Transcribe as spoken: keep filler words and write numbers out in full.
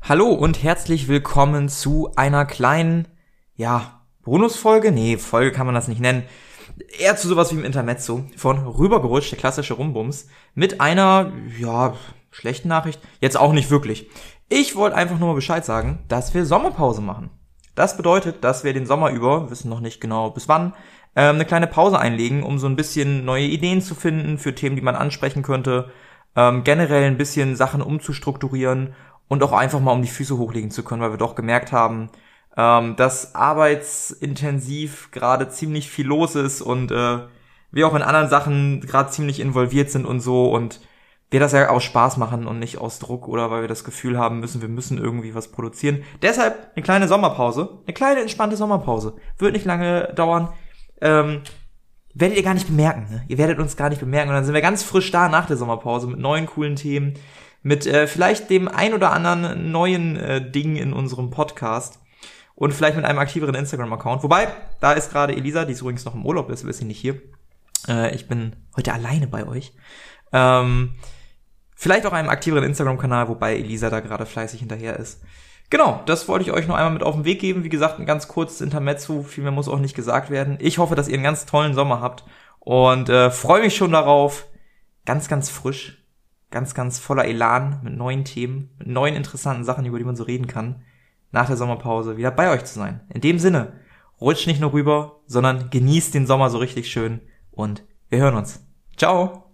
Hallo und herzlich willkommen zu einer kleinen, ja, Bonusfolge? Nee, Folge kann man das nicht nennen. Eher zu sowas wie im Intermezzo von Rübergerutscht, der klassische Rumbums, mit einer, ja, schlechten Nachricht. Jetzt auch nicht wirklich. Ich wollte einfach nur mal Bescheid sagen, dass wir Sommerpause machen. Das bedeutet, dass wir den Sommer über, wissen noch nicht genau bis wann, ähm, eine kleine Pause einlegen, um so ein bisschen neue Ideen zu finden für Themen, die man ansprechen könnte, ähm, generell ein bisschen Sachen umzustrukturieren und auch einfach mal um die Füße hochlegen zu können, weil wir doch gemerkt haben, ähm, dass arbeitsintensiv gerade ziemlich viel los ist und äh, wir auch in anderen Sachen gerade ziemlich involviert sind und so und wir das ja aus Spaß machen und nicht aus Druck oder weil wir das Gefühl haben müssen, wir müssen irgendwie was produzieren. Deshalb eine kleine Sommerpause, eine kleine entspannte Sommerpause. Wird nicht lange dauern. Ähm, werdet ihr gar nicht bemerken. Ne? Ihr werdet uns gar nicht bemerken und dann sind wir ganz frisch da nach der Sommerpause mit neuen coolen Themen, mit äh, vielleicht dem ein oder anderen neuen äh, Ding in unserem Podcast und vielleicht mit einem aktiveren Instagram-Account. Wobei, da ist gerade Elisa, die ist übrigens noch im Urlaub, ist, ist sie nicht hier. Äh, ich bin heute alleine bei euch. Ähm, vielleicht auch einem aktiveren Instagram-Kanal, wobei Elisa da gerade fleißig hinterher ist. Genau, das wollte ich euch noch einmal mit auf den Weg geben. Wie gesagt, ein ganz kurzes Intermezzo, viel mehr muss auch nicht gesagt werden. Ich hoffe, dass ihr einen ganz tollen Sommer habt und äh, freue mich schon darauf. Ganz, ganz frisch. Ganz, ganz voller Elan mit neuen Themen, mit neuen interessanten Sachen, über die man so reden kann, nach der Sommerpause wieder bei euch zu sein. In dem Sinne, rutscht nicht nur rüber, sondern genießt den Sommer so richtig schön und wir hören uns. Ciao!